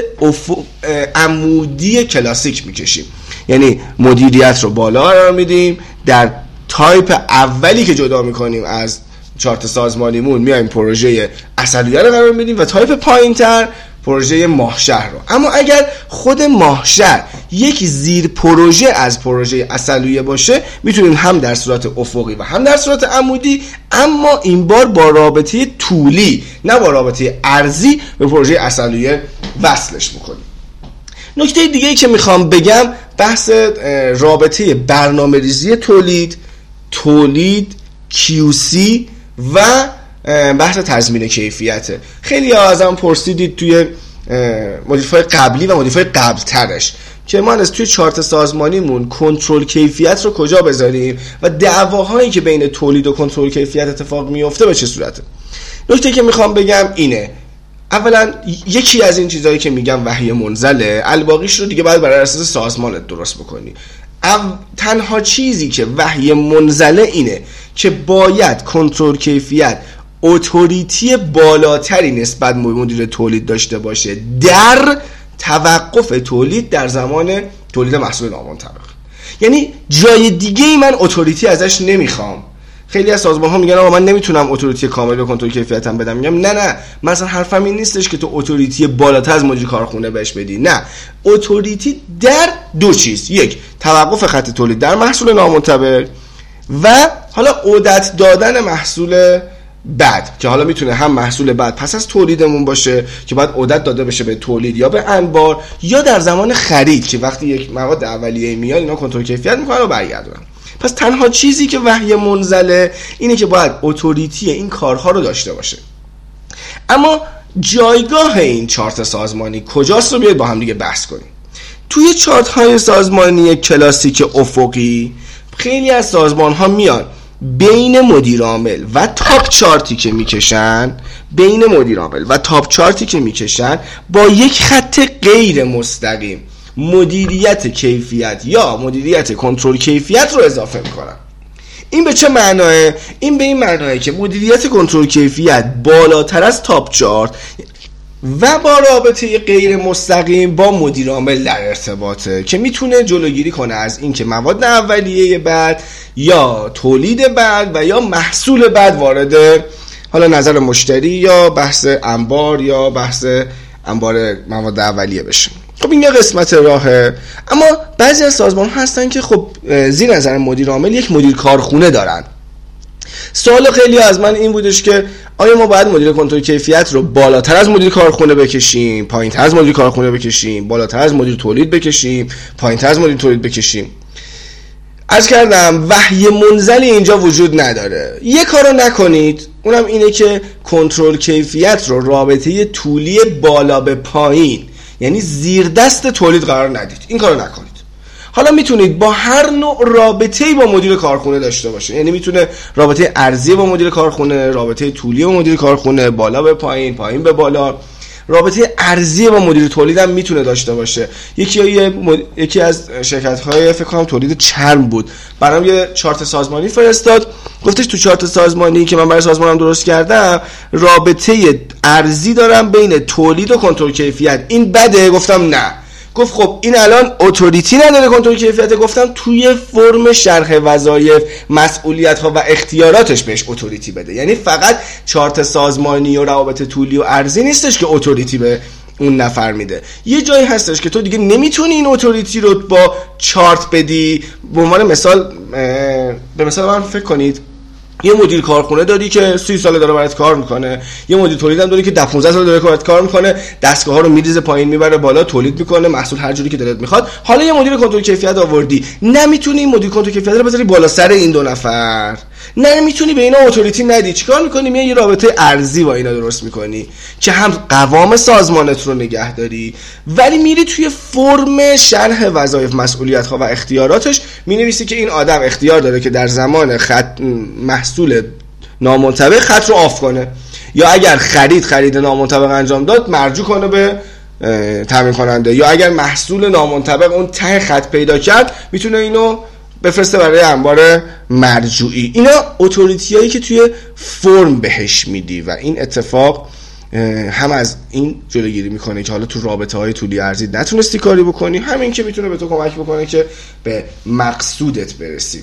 عمودی کلاسیک میکشیم. یعنی مدیریت رو بالا قرار میدیم، در تایپ اولی که جدا میکنیم از چارت سازمانیمون میایم پروژه عسلویه رو قرار میدیم و تایپ پایینتر پروژه ماهشهر رو. اما اگر خود ماهشهر یک زیر پروژه از پروژه عسلویه باشه، میتونیم هم در صورت افقی و هم در صورت عمودی، اما این بار با رابطه طولی نه با رابطه عرضی به پروژه عسلویه وصلش میکنیم. نکته دیگه‌ای که میخوام بگم بحث رابطه برنامه‌ریزی تولید QC و بحث تضمین کیفیته. خیلی ازم پرسیدید توی مدیرفای قبلی و مدیرفای قبلترش که ما از توی چارت سازمانیمون کنترل کیفیت رو کجا بذاریم و دعواهایی که بین تولید و کنترل کیفیت اتفاق میفته به چه صورته. نکته که میخوام بگم اینه، اولا یکی از این چیزهایی که میگم وحی منزله، الباقیش رو دیگه باید برای اساس سازمانت درست بکنی. تنها چیزی که وحی منزله اینه که باید کنترل کیفیت اتوریتی بالاتری نسبت به مدیر تولید داشته باشه در توقف تولید در زمان تولید محصول نامنطبق. یعنی جای دیگه ای من اتوریتی ازش نمیخوام. خیلی از سازمان ها میگن آقا من نمیتونم اتوریتی کامل به کنترل کیفیتم بدم. میگم نه مثلا حرفم این نیستش که تو اتوریتی بالاتر از مدیر کارخونه بهش بدی. نه، اتوریتی در دو چیز، یک توقف خط تولید در محصول نامنطبق و حالا عدت دادن محصول بعد، که حالا میتونه هم محصول بعد پس از تولیدمون باشه که باید عدت داده بشه به تولید یا به انبار، یا در زمان خرید که وقتی یک مواد اولیه میاد اینا کنترل کیفیت میکنن و برگردونن. پس تنها چیزی که وحی منزله اینه که باید اتوریتی این کارها رو داشته باشه. اما جایگاه این چارت سازمانی کجاست رو بیاید با هم دیگه بحث کنیم. توی چارت های سازمانی کلاسیک افقی خیلی از سازمان ها میان بین مدیر عامل و تاپ چارتی که میکشن با یک خط غیر مستقیم مدیریت کیفیت یا مدیریت کنترل کیفیت رو اضافه میکنن. این به چه معناه؟ این به این معناه که مدیریت کنترل کیفیت بالاتر از تاپ چارت و با رابطه غیر مستقیم با مدیر عامل در ارتباطه که میتونه جلوگیری کنه از این که مواد اولیه بعد یا تولید بعد و یا محصول بعد وارد حالا نظر مشتری یا بحث انبار یا بحث انبار مواد اولیه بشه. خب این یه قسمت راهه. اما بعضی از سازمان ها هستن که خب زیر نظر مدیر عامل یک مدیر کارخونه دارن. سوال خیلی از من این بودش که آیا ما باید مدیر کنترل کیفیت رو بالاتر از مدیر کارخونه بکشیم، پایین‌تر از مدیر کارخونه بکشیم، بالاتر از مدیر تولید بکشیم، پایین‌تر از مدیر تولید بکشیم؟ عرض کردم وحی منزلی اینجا وجود نداره. یه کارو نکنید، اونم اینه که کنترل کیفیت رو رابطه طولی بالا به پایین، یعنی زیر دست تولید قرار ندید. این کارو نکنید. حالا میتونید با هر نوع رابطه‌ای با مدیر کارخونه داشته باشه، یعنی میتونه رابطه ارزی با مدیر کارخونه، رابطه طولی با مدیر کارخونه، بالا به پایین، پایین به بالا، رابطه ارزی با مدیر تولید هم میتونه داشته باشه. یکی از شرکت‌های فکر کنم تولید چرم بود، برام یه چارت سازمانی فرستاد، گفتش تو چارت سازمانی که من برای سازمانم درست کردم رابطه ارزی دارم بین تولید و کنترل کیفیت، این بده؟ گفتم نه. گفت خب این الان اتوریتی نداره کنترل کیفیت؟ گفتم توی فرم شرح وظایف، مسئولیت‌ها و اختیاراتش بهش اتوریتی بده. یعنی فقط چارت سازمانی و روابط طولی و ارزی نیستش که اتوریتی به اون نفر میده. یه جایی هستش که تو دیگه نمیتونی این اتوریتی رو با چارت بدی. به عنوان مثال به مثال من فکر کنید یه مدیر کارخونه داری که 30 سال داره برات کار میکنه، یه مدیر تولید هم داری که 15 سال داره برات کار میکنه، دستگاه‌ها رو میریزه پایین میبره بالا، تولید میکنه محصول هر جوری که دلت میخواد. حالا یه مدیر کنترل کیفیت آوردی، نمیتونی این مدیر کنترل کیفیت رو بذاری بالا سر این دو نفر، نمیتونی به اینا اتوریتی ندی. چیکار میکنی؟ یه رابطه ارضی با اینا درست میکنی که هم قوام سازمانت رو نگه داری، ولی میری توی فرم شرح وظایف، مسئولیت‌ها و اختیاراتش مینویسی که این آدم اختیار داره که در زمان محصول نامنطبق خط رو آف کنه، یا اگر خرید نامنطبق انجام داد مرجوع کنه به تامین کننده، یا اگر محصول نامنطبق اون ته خط پیدا کرد میتونه اینو بفرسته برای انبار مرجوعی. اینا اتوریتیایی که توی فرم بهش میدی و این اتفاق هم از این جلوگیری میکنه که حالا تو رابطه های طولی عرضی نتونستی کاری بکنی، همین که میتونه به تو کمک بکنه که به مقصودت برسی.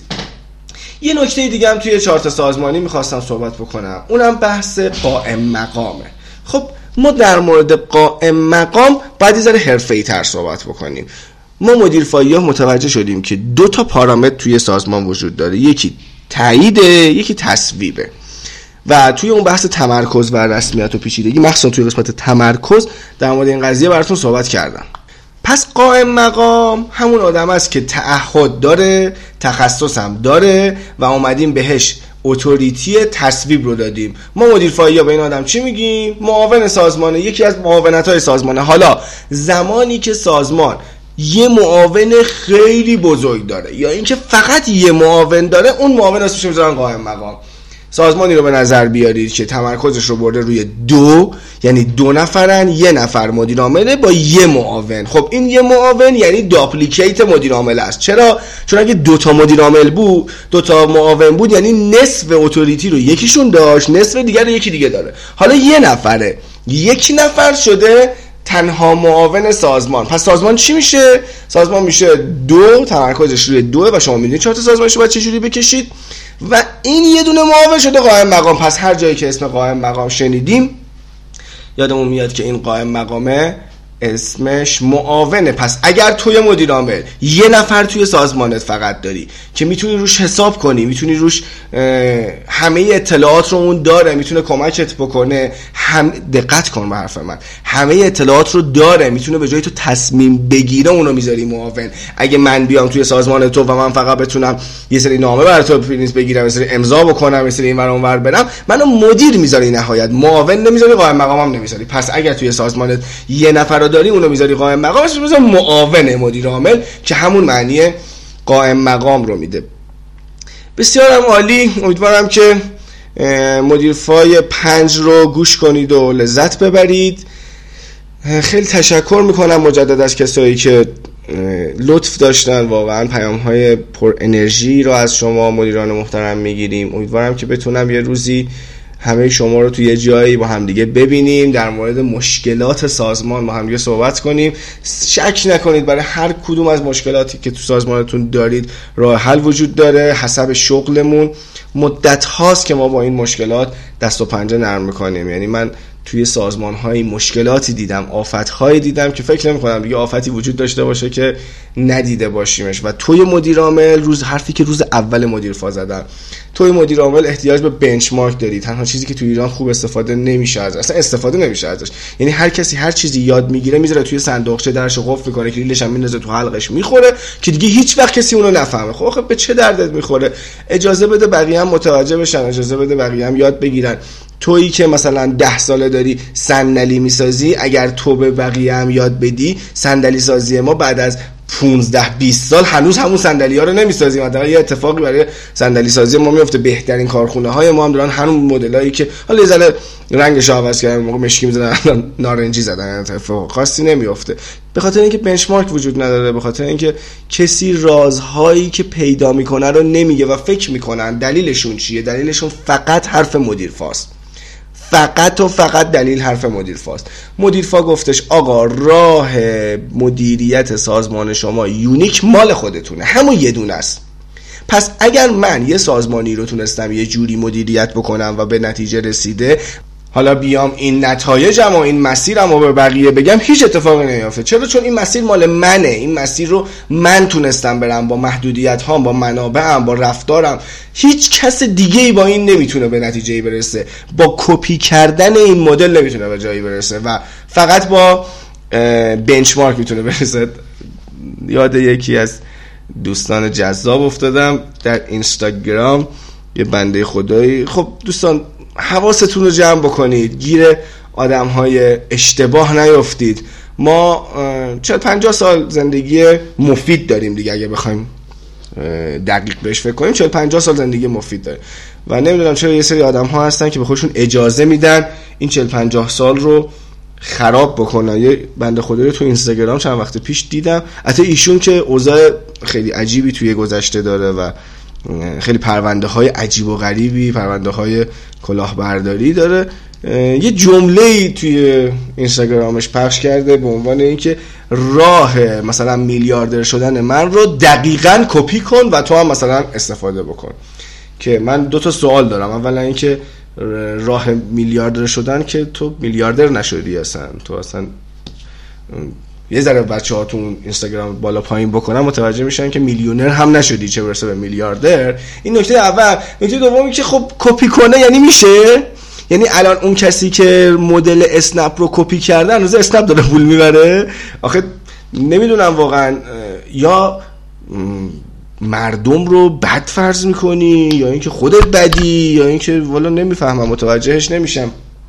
یه نکته دیگه هم توی چارت سازمانی میخواستم صحبت بکنم، اونم بحث قائم مقامه. خب ما در مورد قائم مقام باید یه ذره حرفه‌ای تر صحبت بکنیم. ما مدیر فایی‌ها متوجه شدیم که 2 تا پارامتر توی سازمان وجود داره، یکی تاییده، یکی تصویبه. و توی اون بحث تمرکز و رسمیت و پیچیدگی، مخصوصا توی قسمت تمرکز، در مورد این قضیه براتون صحبت کردم. پس قائم مقام همون آدم است که تعهد داره، تخصص هم داره و اومدیم بهش اتوریتی تصویب رو دادیم. ما مدیر فایی‌ها به این آدم چی میگیم؟ معاون سازمانه، یکی از معاونت‌های سازمانه. حالا زمانی که سازمان یه معاون خیلی بزرگ داره یا اینکه فقط یه معاون داره، اون معاون اسمش میذارن قائم مقام. سازمانی رو به نظر بیارید که تمرکزش رو برده روی 2، یعنی 2 نفرن، 1 نفر مدیر عامله با 1 معاون. خب این 1 معاون یعنی داپلیکیت مدیر عامل است. چرا؟ چون اگه 2 تا مدیر عامل بود، 2 تا معاون بود، یعنی نصف اتوریتی رو یکیشون داشت، نصف دیگر رو یکی دیگه داره. حالا 1 نفره، 1 نفر شده تنها معاون سازمان. پس سازمان چی میشه؟ سازمان میشه 2، تمرکزش روی 2 و شما میدونید چارت سازمانش رو باید چجوری بکشید و این یه دونه معاون شده قائم مقام. پس هر جایی که اسم قائم مقام شنیدیم یادمون میاد که این قائم مقامه اسمش معاونه. پس اگر توی مدیر عامل 1 نفر توی سازمانت فقط داری که میتونی روش حساب کنی، میتونی روش همه اطلاعات رو اون داره، میتونه کمکت بکنه، دقت کن به حرف من، همه اطلاعات رو داره، میتونه به جای تو تصمیم بگیره، اونو میذاری معاون. اگه من بیام توی سازمان تو و من فقط بتونم یه سری نامه برای تو پرینت بگیرم، یه سری امضا بکنم، یه سری اینور اونور برم، منو مدیر میذاری، نهایت معاون نمیذاری، قائم مقامم نمیذاری. پس اگر توی سازمانت 1 نفر داری، اونو میذاری قائم مقام، اسمش میذاری معاون مدیر عامل که همون معنی قائم مقام رو میده. بسیارم عالی. امیدوارم که مدیر فای 5 رو گوش کنید و لذت ببرید. خیلی تشکر میکنم مجدد از کسایی که لطف داشتن، واقعا پیام‌های پر انرژی رو از شما مدیران محترم میگیریم. امیدوارم که بتونم یه روزی همه شما رو توی یه جایی با همدیگه ببینیم، در مورد مشکلات سازمان با همدیگه صحبت کنیم. شک نکنید برای هر کدوم از مشکلاتی که تو سازمانتون دارید راه حل وجود داره. حسب شغلمون مدت هاست که ما با این مشکلات دست و پنجه نرم میکنیم. یعنی من توی سازمان‌های مشکلاتی دیدم، آفت‌هایی دیدم که فکر نمی‌کنم دیگه آفتی وجود داشته باشه که ندیده باشیمش. و توی مدیر عامل حرفی که روز اول مدیر فا زدن، توی مدیر عامل احتیاج به بنچمارک داری. تنها چیزی که توی ایران خوب استفاده نمیشه اصلا استفاده نمیشه ازش. یعنی هر کسی هر چیزی یاد میگیره میذاره توی صندوقچه، درش قفل میکنه، کلیدش هم میندازه تو حلقش، میخوره که دیگه هیچ وقت کسی اونو نفهمه. خب به چه دردت میخوره؟ اجازه بده بقیه هم متوجه بشن، اجازه بده بقیه هم یاد بگیرن. تویی که مثلا 10 ساله داری صندلی میسازی، اگر تو به بقیه هم یاد بدی، صندلی سازی ما بعد از 15-20 سال هنوز همون صندلی ها رو نمیسازیم. حداقل یه اتفاقی برای صندلی سازی ما میفته. بهترین کارخونه های ما هم دارن همون مدلایی که حالا یه ذره رنگش عوض کردن، موقع مشکی میزدن نارنجی زدن، اتفاق خاصی نمیفته. به خاطر اینکه بنچمارک وجود نداره، به خاطر اینکه کسی رازهایی که پیدا میکنه رو نمیگه و فکر میکنن دلیلشون چیه. دلیلشون فقط حرف مدیر فاست، فقط و فقط دلیل حرف مدیر فاست. مدیر فا گفتش آقا راه مدیریت سازمان شما یونیک مال خودتونه، همون یه دونه است. پس اگر من یه سازمانی رو تونستم یه جوری مدیریت بکنم و به نتیجه رسیده، حالا بیام این نتایجم و این مسیرم رو به بقیه بگم هیچ اتفاقی نمیافته. چرا؟ چون این مسیر مال منه، این مسیر رو من تونستم برم با محدودیت هام، با منابعم، با رفتارم. هیچ کس دیگه ای با این نمیتونه به نتیجه‌ای برسه، با کپی کردن این مدل نمیتونه به جایی برسه و فقط با بنچمارک میتونه برسه. یاد یکی از دوستان جذاب افتادم در اینستاگرام، یه بنده خدایی. خب دوستان حواستون رو جمع بکنید، گیر آدم‌های اشتباه نیفتید. ما 40-50 سال زندگی مفید داریم دیگه، اگه بخوایم دقیق بهش فکر کنیم 40-50 سال زندگی مفید داریم و نمیدونم چرا یه سری آدم‌ها هستن که به خودشون اجازه میدن این 40-50 سال رو خراب بکنن. یه بنده خدایی تو اینستاگرام چند وقت پیش دیدم، البته ایشون که اوضاع خیلی عجیبی توی گذشته داره و خیلی پرونده های عجیب و غریبی، پرونده های کلاهبرداری داره، یه جمله‌ای توی اینستاگرامش پخش کرده به عنوان اینکه راه مثلا میلیاردر شدن من رو دقیقاً کپی کن و تو هم مثلا استفاده بکن. که من 2 سوال دارم. اولا اینکه راه میلیاردر شدن که تو میلیاردر نشدی، تو اصلا یه ذره بچه‌هاتون اینستاگرام بالا پایین بکنن متوجه میشن که میلیونر هم نشدی، چه برسه به میلیاردر. این نکته اول. نکته دومی که خب کپی کنه یعنی میشه، یعنی الان اون کسی که مدل اسنپ رو کپی کرده هنوز اسنپ داره پول میبره. آخه نمیدونم واقعا یا مردم رو بد فرض میکنی یا اینکه خودت بدی یا اینکه والا نمیفهمم، متوجهش نمیشم.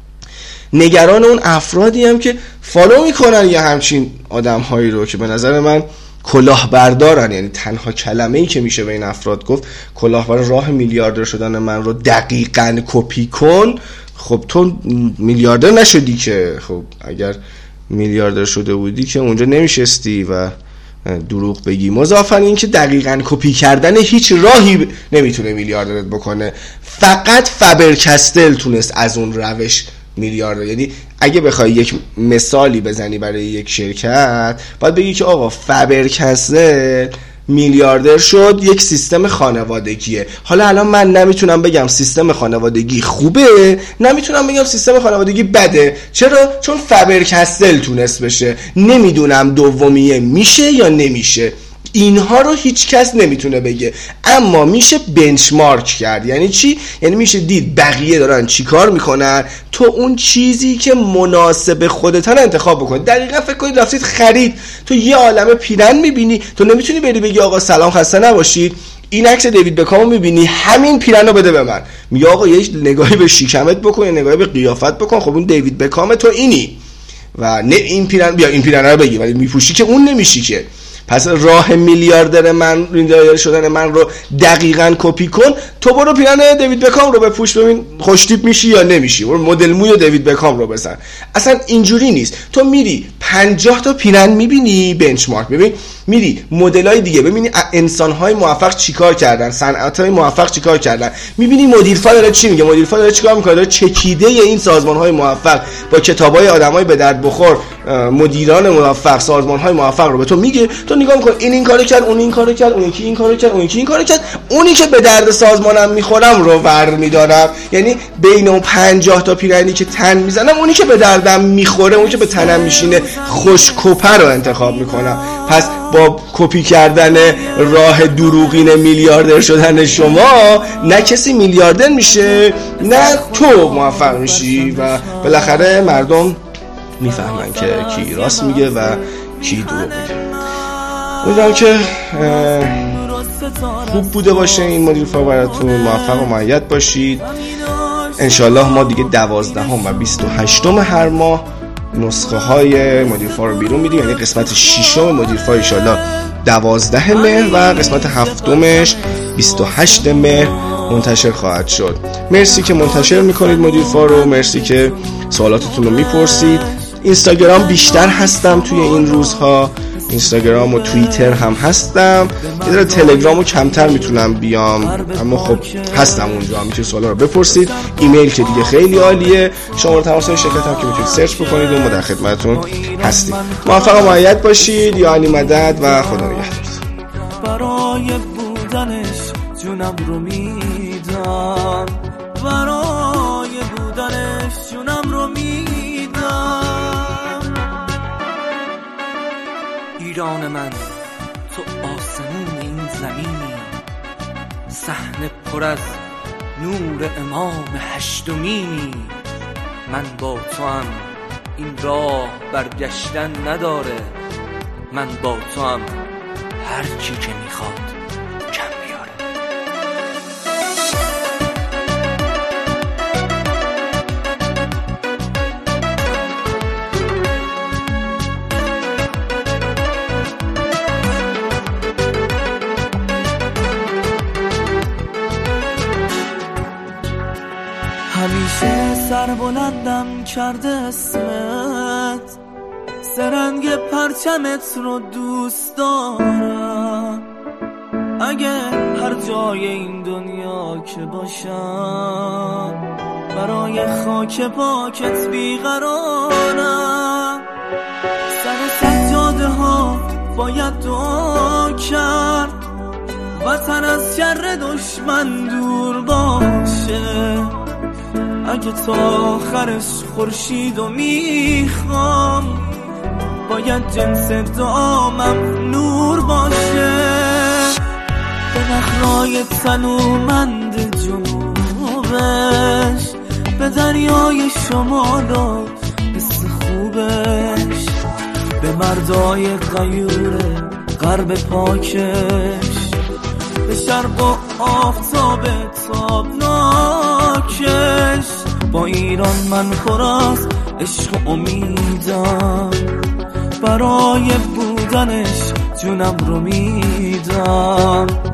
نگران اون افرادی هم که فالو میکنن یه همچین آدم هایی رو که به نظر من کلاهبردارن. یعنی تنها کلمه‌ای که میشه به این افراد گفت کلاهبردار، راه میلیاردر شدن من رو دقیقاً کپی کن. خب تو میلیاردر نشدی که، خب اگر میلیاردر شده بودی که اونجا نمیشستی و دروغ بگی. مضافاً این که دقیقاً کپی کردن هیچ راهی نمیتونه میلیاردرت بکنه. فقط فابرکستل تونست از اون روش میلیاردر. یعنی اگه بخوای یک مثالی بزنی برای یک شرکت، باید بگی که آقا فابرکستل میلیاردر شد، یک سیستم خانوادگیه. حالا الان من نمیتونم بگم سیستم خانوادگی خوبه، نمیتونم بگم سیستم خانوادگی بده. چرا؟ چون فابرکستل تونست بشه. نمیدونم دومیه میشه یا نمیشه، اینها رو هیچ کس نمیتونه بگه، اما میشه بنچمارک کرد. یعنی چی؟ یعنی میشه دید بقیه دارن چی کار میکنن، تو اون چیزی که مناسب خودتن انتخاب بکن. دقیقا فکر کنید رفتید خرید، تو یه عالمه پیرن میبینی، تو نمیتونی بری بگی آقا سلام خسته نباشید، این عکس دیوید بکامو میبینی همین پیرن رو بده به من. میگه آقا یه نگاهی به شکمت بکن، یه نگاهی به قیافت بکن، خب اون دیوید بکام تو اینی و نه این پیرن، بیا این پیرن رو بگی، ولی میپوشی که اون نمیشی که. پس راه میلیاردر من، میلیاردر شدن من رو دقیقاً کپی کن. تو برو پیرن دیوید بکام رو بپوش ببین خوشتیپ میشی یا نمیشی. برو مدل موی دیوید بکام رو بزن. اصلا اینجوری نیست. تو میری 50 تا پیرن میبینی بنچمارک، ببین میری مدلای دیگه، ببینی انسان‌های موفق چیکار کردن، صنعت‌های موفق چیکار کردن، میبینی مدیرفا داره چی میگه، مدیرفا داره چیکار میکنه، داره چکیده این سازمان‌های موفق با کتابای آدمای به درد بخور، مدیران موفق، سازمان‌های موفق رو به تو میگه. تو نگاه می‌کن این کارو کرد، اون این کارو کرد، اون یکی این کارو کرد، اون یکی این کارو کرد، اونی که به درد سازمانم میخورم رو ور میدارم. یعنی بین اون 50 تا پیرنی که تن میزنم، اونی که به دردم میخوره، اونی که به تنم میشینه خوشکوپه رو انتخاب میکنم. پس با کپی کردن راه دروغین میلیاردر شدن شما، نه کسی میلیاردر میشه نه تو موفق میشی و بالاخره مردم میفهمن که کی راست میگه و کی دروغ میگه. امیدوارم که خوب بوده باشه این مدیرفا براتون، موفق و مؤید باشید. انشالله ما دیگه 12 و 28 هر ماه نسخه های مدیرفا رو بیرون میدیم. یعنی قسمت 6 مدیرفا انشالله 12 مهر و قسمت 7 28 مهر منتشر خواهد شد. مرسی که منتشر میکنید مدیرفا رو، مرسی که سوالاتتون رو میپرسید. اینستاگرام بیشتر هستم توی این روزها، اینستاگرام و توییتر هم هستم. یه ذره تلگرام رو کمتر میتونم بیام، اما خب هستم اونجا، میتونید سوالا رو بپرسید. ایمیل که دیگه خیلی عالیه. شماره تماس شرکت هم که میتونید سرچ بکنید و ما در خدمتتون هستیم. موفق و مؤید باشید. یعنی مدد و خدا نگهدار. برای بودنش جونم رو میدم، برای بودنش جونم ایران من، تو آسمون این زمینی، صحنه پر از نور امام هشتمینی. من با تو هم، این راه برگشتن نداره، من با تو هم، هر کی که میخواد کم بیاره. همیشه سر بلندم کرده اسمت، سرنگ پرچمت رو دوست دارم. اگه هر جای این دنیا که باشم، برای خاک پاکت بیقرارم. سر سجاده ها باید دعا کرد، وطن از شر دشمن دور باشه. اگه تا آخرش خورشیدو میخوام، باید جنس دامم نور باشه. به نخلای تنومند جنوبش، به دریای شمال و حس خوبش، به مردای غیور غرب پاکش، به شرق و آفتاب تابناکش. با ایران من پر از عشق و امیدم، برای بودنش جونم رو میدم.